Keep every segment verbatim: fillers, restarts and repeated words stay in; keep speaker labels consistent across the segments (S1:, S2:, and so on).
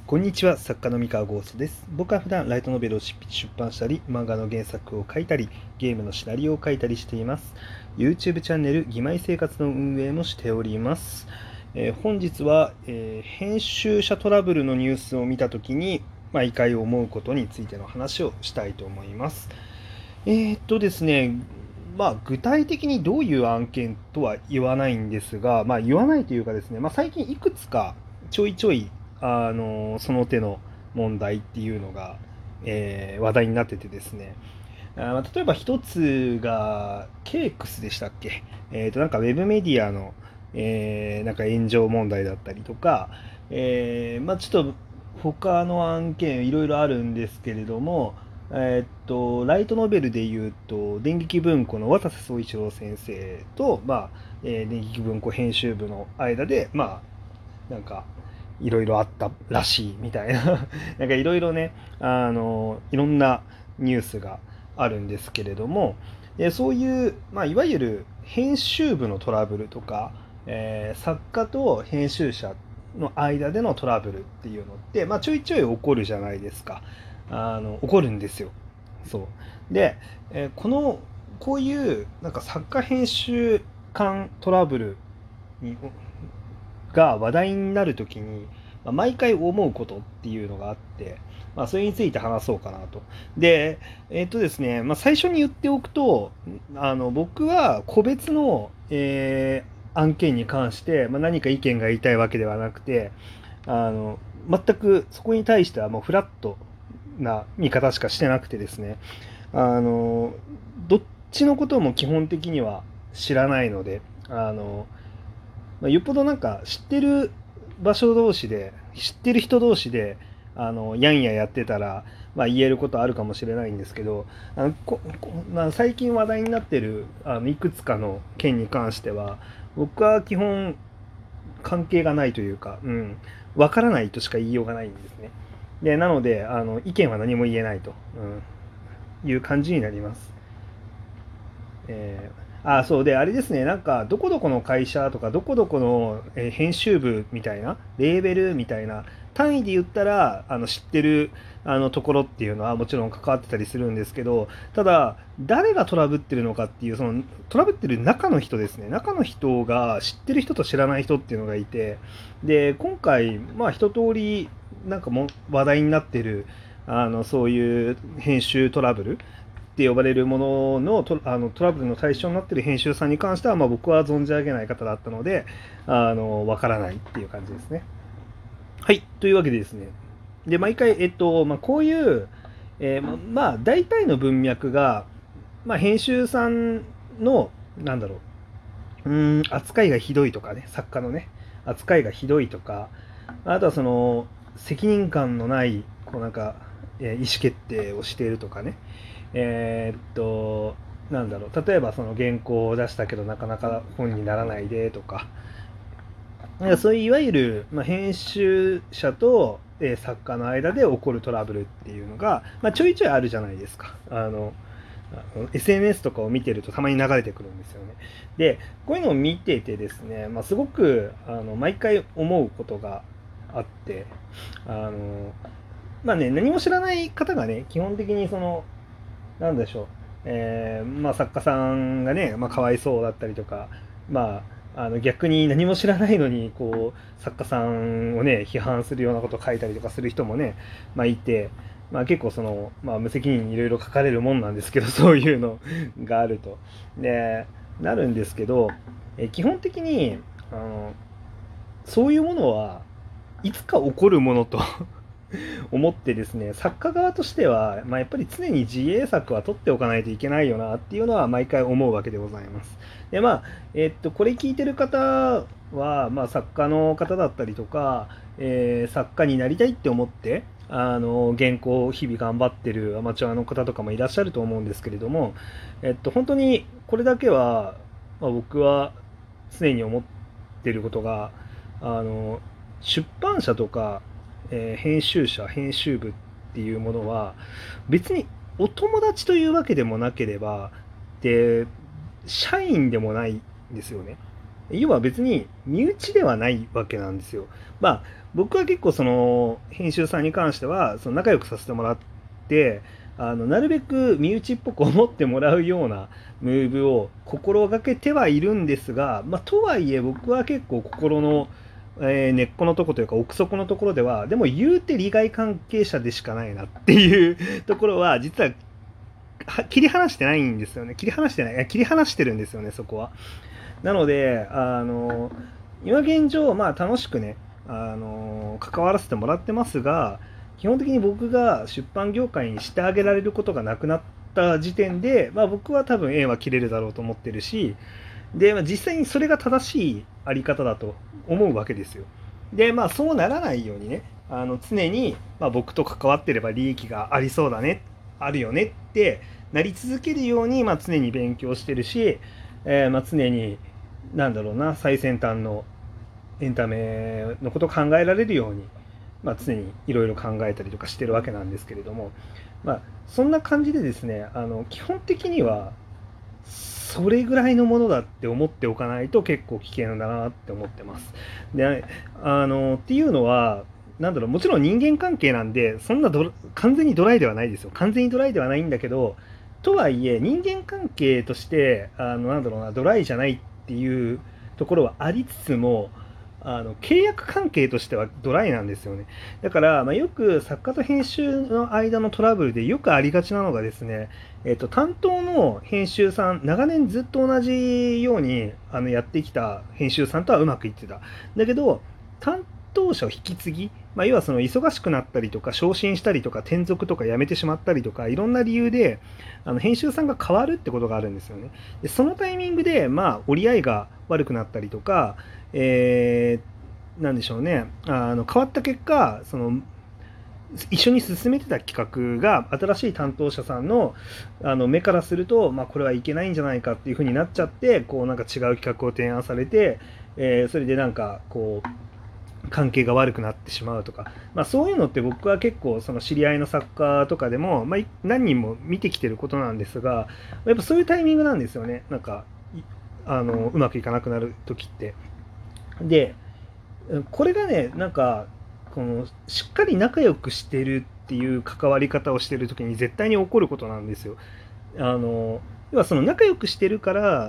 S1: こんにちは、作家の三河ゴーストです。僕は普段ライトノベルを執筆出版したり、漫画の原作を書いたり、ゲームのシナリオを書いたりしています。YouTube チャンネル、義妹生活の運営もしております。えー本日は、えー編集者トラブルのニュースを見たときに、毎回思うことについての話をしたいと思います。えーっとですね、まあ、具体的にどういう案件とは言わないんですが、まあ、言わないというかですね、まあ、最近いくつかちょいちょい、あの、その手の問題っていうのが、えー話題になっててですね、あ例えば一つが、ケークスでしたっけ？えーと、なんかウェブメディアの、えーなんか炎上問題だったりとか、えーまあちょっと他の案件いろいろあるんですけれども、えーっと、ライトノベルで言うと、電撃文庫の渡瀬総一郎先生と、まあ、えー電撃文庫編集部の間で、まあ、なんか、いろいろあったらしいみたいななんかいろいろね、あの、いろんなニュースがあるんですけれども、でそういう、まあ、いわゆる編集部のトラブルとか、えー作家と編集者の間でのトラブルっていうのって、まあ、ちょいちょい起こるじゃないですか。あの起こるんですよ。そうで、えーこのこういうなんか作家編集間トラブルにが話題になるときに、まあ、毎回思うことっていうのがあって、まあ、それについて話そうかなと。で、えっとですね、まあ、最初に言っておくと、あの僕は個別の、えー案件に関して、まあ、何か意見が言いたいわけではなくて、あの全くそこに対してはもうフラットな見方しかしてなくてですね、あのどっちのことも基本的には知らないので、あのまあ、よっぽどなんか知ってる場所同士で知ってる人同士であのやんややってたら、まあ、言えることあるかもしれないんですけど、あのここまあ、最近話題になってるあのいくつかの件に関しては僕は基本関係がないというか、うん、分からないとしか言いようがないんですね。でなのであの意見は何も言えないと、うん、いう感じになります。えー、あ、そうで、あれですね、なんか、どこどこの会社とか、どこどこの、えー編集部みたいな、レーベルみたいな、単位で言ったら、あの知ってるあのところっていうのはもちろん関わってたりするんですけど、ただ、誰がトラブってるのかっていう、そのトラブってる中の人ですね、中の人が知ってる人と知らない人っていうのがいて、で、今回、まあ、一通り、なんかも話題になってる、あのそういう編集トラブルって呼ばれるもののトあのトラブルの対象になっている編集さんに関しては、まあ、僕は存じ上げない方だったので、あのわからないっていう感じですね。はい、というわけでですね、で毎回、えっとまあ、こういう、えーまあ、大体の文脈が、まあ、編集さんの、なんだろう、うーん扱いがひどいとかね、作家のね、扱いがひどいとか、あとはその責任感のないこうなんか、えー意思決定をしているとかね、えーっとなんだろう、例えばその原稿を出したけどなかなか本にならないでとか、なんかそういういわゆる、まあ、編集者と、えー作家の間で起こるトラブルっていうのが、まあ、ちょいちょいあるじゃないですか。あの エスエヌエス とかを見てるとたまに流れてくるんですよね。でこういうのを見ててですね、まあ、すごくあの毎回思うことがあって、あのまあね、何も知らない方がね、基本的にそのなんでしょう、えーまあ、作家さんがね、まあ、かわいそうだったりとか、まあ、あの逆に何も知らないのにこう作家さんをね批判するようなことを書いたりとかする人もね、まあ、いて、まあ、結構その、まあ、無責任にいろいろ書かれるもんなんですけどそういうのがあるとでなるんですけど、え基本的にあのそういうものはいつか起こるものと思ってですね、作家側としては、まあ、やっぱり常に自衛策は取っておかないといけないよなっていうのは毎回思うわけでございます。で、まあ、えっと、これ聞いてる方は、まあ、作家の方だったりとか、えー作家になりたいって思って、あの原稿を日々頑張ってるアマチュアの方とかもいらっしゃると思うんですけれども、えっと、本当にこれだけは、まあ、僕は常に思ってることが、あの出版社とかえー編集者編集部っていうものは別にお友達というわけでもなければで社員でもないんですよね。 要は別に身内ではないわけなんですよ。まあ僕は結構その編集さんに関してはその仲良くさせてもらって、あのなるべく身内っぽく思ってもらうようなムーブを心がけてはいるんですが、まあ、とはいえ僕は結構心の、えー根っこのところというか奥底のところではでも言うて利害関係者でしかないなっていうところは実はは切り離してないんですよね。切り離してない。いや切り離してるんですよね、そこは。なので、あの、今現状、まあ楽しくね、あの、関わらせてもらってますが、基本的に僕が出版業界にしてあげられることがなくなった時点で、まあ僕は多分縁は切れるだろうと思ってるし、で、まあ、実際にそれが正しいあり方だと思うわけですよ。で、まあそうならないようにね、あの常に、まあ、僕と関わってれば利益がありそうだね、あるよねってなり続けるように、まあ、常に勉強してるし、えーまあ、常になんだろうな、最先端のエンタメのことを考えられるように、まあ、常にいろいろ考えたりとかしてるわけなんですけれども、まあ、そんな感じでですね、あの基本的にはそれぐらいのものだって思っておかないと結構危険だなって思ってます。で、あのっていうのは、なんだろう、もちろん人間関係なんで、そんなド完全にドライではないですよ。完全にドライではないんだけど、とはいえ、人間関係として、あのなんだろうな、ドライじゃないっていうところはありつつも、あの契約関係としてはドライなんですよね。だから、まあ、よく作家と編集の間のトラブルでよくありがちなのがですね、えっと、担当の編集さん、長年ずっと同じようにあのやってきた編集さんとはうまくいってた。だけど、担当者を引き継ぎ、まあ、要はその忙しくなったりとか、昇進したりとか、転属とか辞めてしまったりとか、いろんな理由で、あの編集さんが変わるってことがあるんですよね。で、そのタイミングで、まあ、折り合いが悪くなったりとか、えー、なんでしょうね、あの変わった結果、その一緒に進めてた企画が新しい担当者さんのあの目からすると、まあ、これはいけないんじゃないかっていう風になっちゃって、こうなんか違う企画を提案されて、えーそれでなんかこう関係が悪くなってしまうとか、まあ、そういうのって僕は結構その知り合いの作家とかでも、まあ、何人も見てきてることなんですが、やっぱそういうタイミングなんですよね。なんかあのうまくいかなくなる時って。で、これがね、なんかこのしっかり仲良くしてるっていう関わり方をしてる時に絶対に起こることなんですよ。あの要はその仲良くしてるから、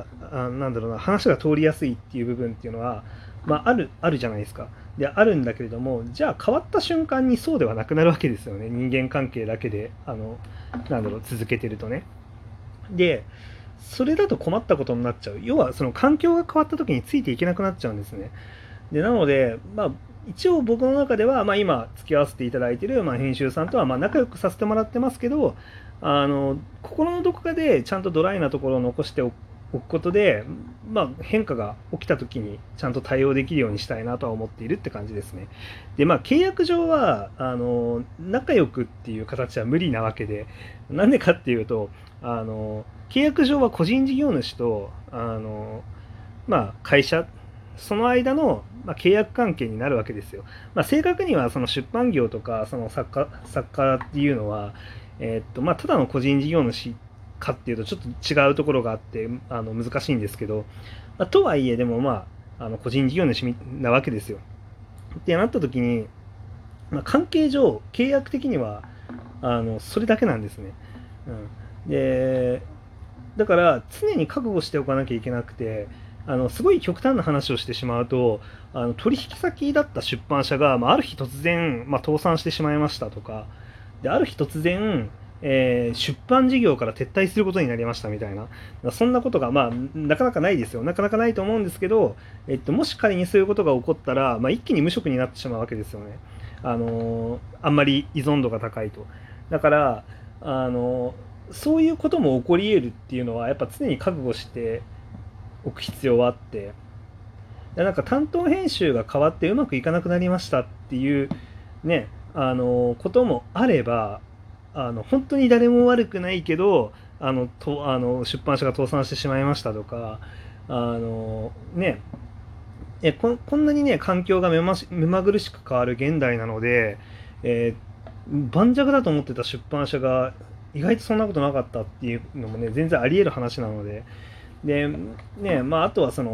S1: あなんだろうな、話が通りやすいっていう部分っていうのは、まあ、あるあるじゃないですか。であるんだけれども、じゃあ変わった瞬間にそうではなくなるわけですよね。人間関係だけであのなんだろう続けてるとね。でそれだと困ったことになっちゃう。要はその環境が変わった時についていけなくなっちゃうんですね。でなので、まあ、一応僕の中では、まあ、今付き合わせていただいている、まあ、編集さんとはまあ仲良くさせてもらってますけど、あの心のどこかでちゃんとドライなところを残しておくことで、まあ、変化が起きた時にちゃんと対応できるようにしたいなとは思っているって感じですね。でまあ契約上はあの仲良くっていう形は無理なわけで、なんでかっていうと、あの契約上は個人事業主とあの、まあ、会社その間の、まあ、契約関係になるわけですよ。まあ、正確にはその出版業とかその作家作家っていうのは、えーっとまあ、ただの個人事業主かっていうとちょっと違うところがあってあの難しいんですけど、まあ、とはいえでもまああの個人事業主なわけですよ。ってなった時に、まあ、関係上契約的にはあのそれだけなんですね。うん、でだから常に覚悟しておかなきゃいけなくて、あのすごい極端な話をしてしまうと、あの取引先だった出版社が、まあ、ある日突然、まあ、倒産してしまいましたとかで、ある日突然、えー出版事業から撤退することになりましたみたいな、そんなことが、まあ、なかなかないですよ。なかなかないと思うんですけど、えっと、もし仮にそういうことが起こったら、まあ、一気に無職になってしまうわけですよね。あのーあんまり依存度が高いと。だからあのそういうことも起こり得るっていうのはやっぱ常に覚悟しておく必要はあって、なんか担当編集が変わってうまくいかなくなりましたっていうね、あのこともあれば、あの本当に誰も悪くないけど、あのとあの出版社が倒産してしまいましたとか、あのねえここんなにね環境が目まし目まぐるしく変わる現代なので、えー盤石だと思ってた出版社が意外とそんなことなかったっていうのもね全然あり得る話なので、でねまああとはその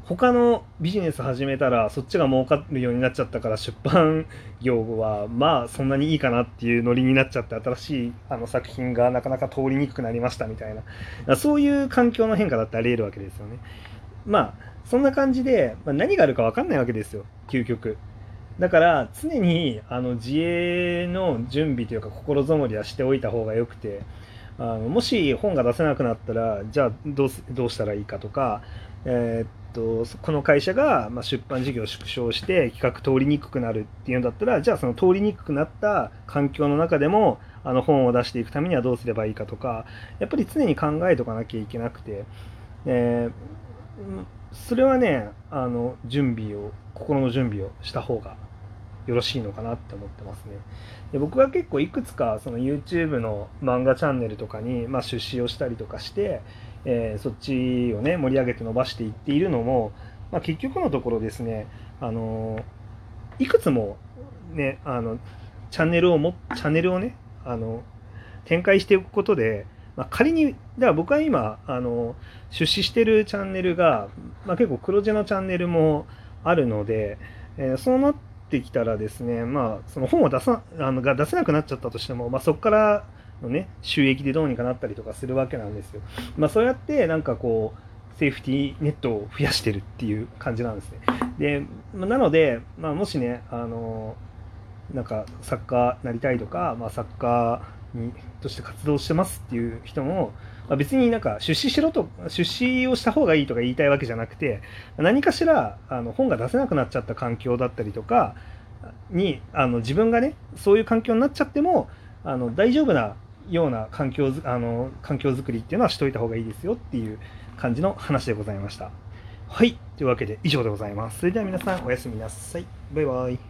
S1: 他のビジネス始めたらそっちが儲かるようになっちゃったから出版業はまあそんなにいいかなっていうノリになっちゃって、新しいあの作品がなかなか通りにくくなりましたみたいな、そういう環境の変化だってあり得るわけですよね。まあそんな感じで、まあ、何があるか分かんないわけですよ、究極。だから常にあの自衛の準備というか心づもりはしておいた方がよくて、あのもし本が出せなくなったらじゃあどうすどうしたらいいかとか、えーっとこの会社が、まあ、出版事業を縮小して企画通りにくくなるっていうんだったら、じゃあその通りにくくなった環境の中でもあの本を出していくためにはどうすればいいかとか、やっぱり常に考えとかなきゃいけなくて、えーそれはね、あの準備を心の準備をした方がよろしいのかなって思ってますね。で、僕は結構いくつかその YouTube の漫画チャンネルとかに、まあ、出資をしたりとかして、えーそっちをね盛り上げて伸ばしていっているのも、まあ、結局のところですね、あのいくつもねあのチャンネルをもチャンネルをねあの展開していくことで、まあ、仮にだから僕は今あの出資してるチャンネルが、まあ、結構黒字のチャンネルもあるので、えーそうなってきたらですね、まあその本を出さあのが出せなくなっちゃったとしても、まあ、そこからのね収益でどうにかなったりとかするわけなんですよ。まあ、そうやってなんかこうセーフティーネットを増やしてるっていう感じなんですね。で、まあなので、まあ、もしねあのなんか作家なりたいとか、まあ、作家にとして活動してますっていう人も、まあ、別になんか出資しろと出資をした方がいいとか言いたいわけじゃなくて、何かしらあの本が出せなくなっちゃった環境だったりとかにあの自分がねそういう環境になっちゃってもあの大丈夫なような環境あの環境づくりっていうのはしといた方がいいですよっていう感じの話でございました。はい、というわけで以上でございます。それでは皆さんおやすみなさい。バイバイ。